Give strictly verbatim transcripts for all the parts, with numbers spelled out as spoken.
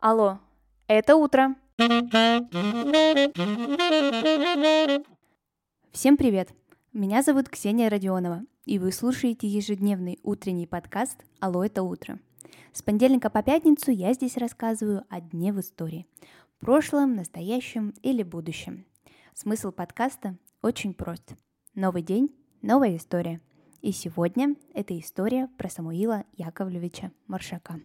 Алло, это утро. Всем привет! Меня зовут Ксения Родионова, и вы слушаете ежедневный утренний подкаст «Алло, это утро». С понедельника по пятницу я здесь рассказываю о дне в истории. Прошлом, настоящем или будущем. Смысл подкаста очень прост. Новый день, новая история. И сегодня это история про Самуила Яковлевича Маршака.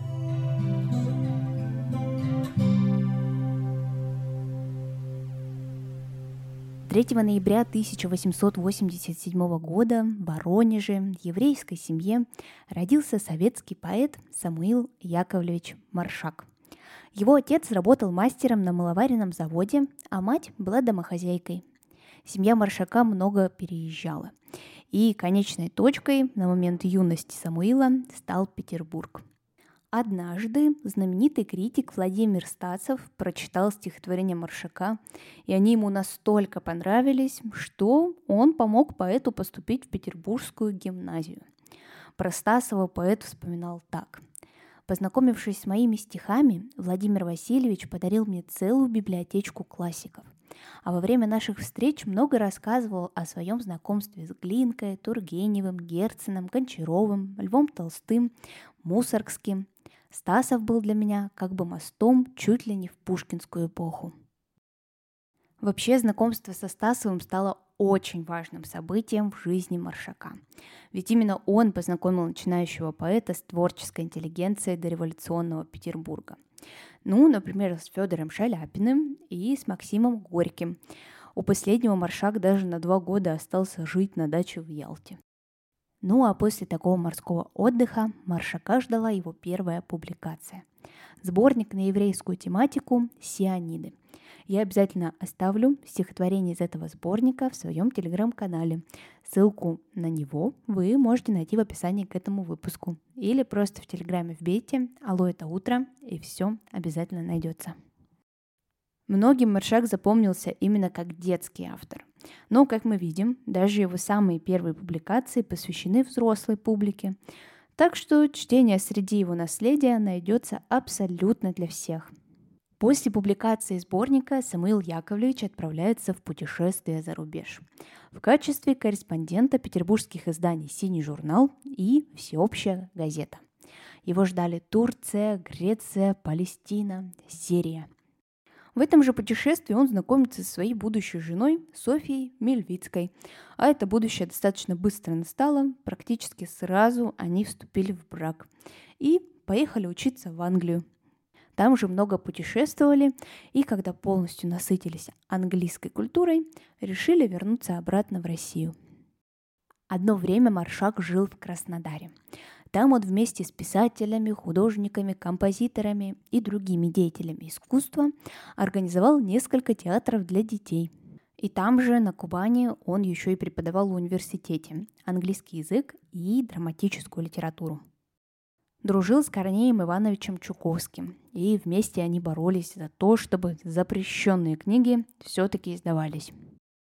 третьего ноября тысяча восемьсот восемьдесят седьмого года в Воронеже, в еврейской семье, родился советский поэт Самуил Яковлевич Маршак. Его отец работал мастером на мыловаренном заводе, а мать была домохозяйкой. Семья Маршака много переезжала, и конечной точкой на момент юности Самуила стал Петербург. Однажды знаменитый критик Владимир Стасов прочитал стихотворение Маршака, и они ему настолько понравились, что он помог поэту поступить в Петербургскую гимназию. Про Стасова поэт вспоминал так. «Познакомившись с моими стихами, Владимир Васильевич подарил мне целую библиотечку классиков. А во время наших встреч много рассказывал о своем знакомстве с Глинкой, Тургеневым, Герценом, Гончаровым, Львом Толстым, Мусоргским. Стасов был для меня как бы мостом чуть ли не в пушкинскую эпоху». Вообще, знакомство со Стасовым стало очень важным событием в жизни Маршака. Ведь именно он познакомил начинающего поэта с творческой интеллигенцией дореволюционного Петербурга. Ну, например, с Федором Шаляпиным и с Максимом Горьким. У последнего Маршак даже на два года остался жить на даче в Ялте. Ну а после такого морского отдыха Маршака ждала его первая публикация. Сборник на еврейскую тематику «Сиониды». Я обязательно оставлю стихотворение из этого сборника в своем телеграм-канале. Ссылку на него вы можете найти в описании к этому выпуску. Или просто в телеграме вбейте «Алло, это утро», и все обязательно найдется. Многим Маршак запомнился именно как детский автор. Но, как мы видим, даже его самые первые публикации посвящены взрослой публике. Так что чтение среди его наследия найдется абсолютно для всех. После публикации сборника Самуил Яковлевич отправляется в путешествие за рубеж в качестве корреспондента петербургских изданий «Синий журнал» и «Всеобщая газета». Его ждали Турция, Греция, Палестина, Сирия. В этом же путешествии он знакомится со своей будущей женой Софьей Мельвицкой. А это будущее достаточно быстро настало, практически сразу они вступили в брак и поехали учиться в Англию. Там же много путешествовали, и когда полностью насытились английской культурой, решили вернуться обратно в Россию. Одно время Маршак жил в Краснодаре. Там он вместе с писателями, художниками, композиторами и другими деятелями искусства организовал несколько театров для детей. И там же, на Кубани, он еще и преподавал в университете английский язык и драматическую литературу. Дружил с Корнеем Ивановичем Чуковским, и вместе они боролись за то, чтобы запрещенные книги все-таки издавались.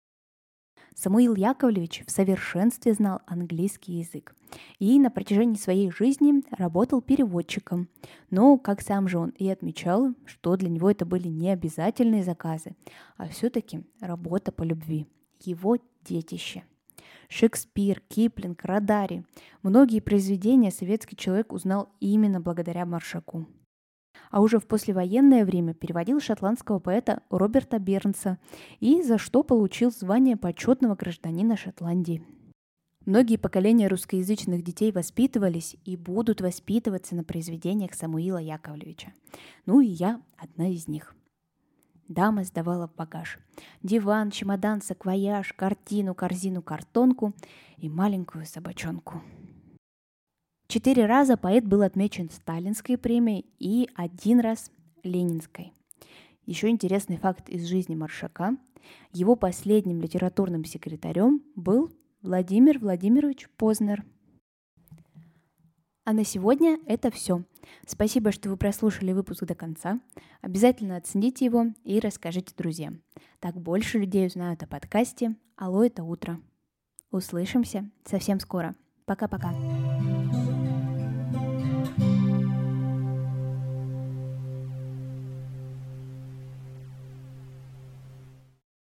Самуил Яковлевич в совершенстве знал английский язык и на протяжении своей жизни работал переводчиком. Но, как сам же он и отмечал, что для него это были не обязательные заказы, а все-таки работа по любви, его детище. Шекспир, Киплинг, Радари. Многие произведения советский человек узнал именно благодаря Маршаку. А уже в послевоенное время переводил шотландского поэта Роберта Бернса, и за что получил звание почетного гражданина Шотландии. Многие поколения русскоязычных детей воспитывались и будут воспитываться на произведениях Самуила Яковлевича. Ну и я одна из них. Дама сдавала в багаж диван, чемодан, саквояж, картину, корзину, картонку и маленькую собачонку. Четыре раза поэт был отмечен Сталинской премией и один раз Ленинской. Еще интересный факт из жизни Маршака. Его последним литературным секретарем был Владимир Владимирович Познер. А на сегодня это все. Спасибо, что вы прослушали выпуск до конца. Обязательно оцените его и расскажите друзьям. Так больше людей узнают о подкасте «Алло, это утро». Услышимся совсем скоро. Пока-пока.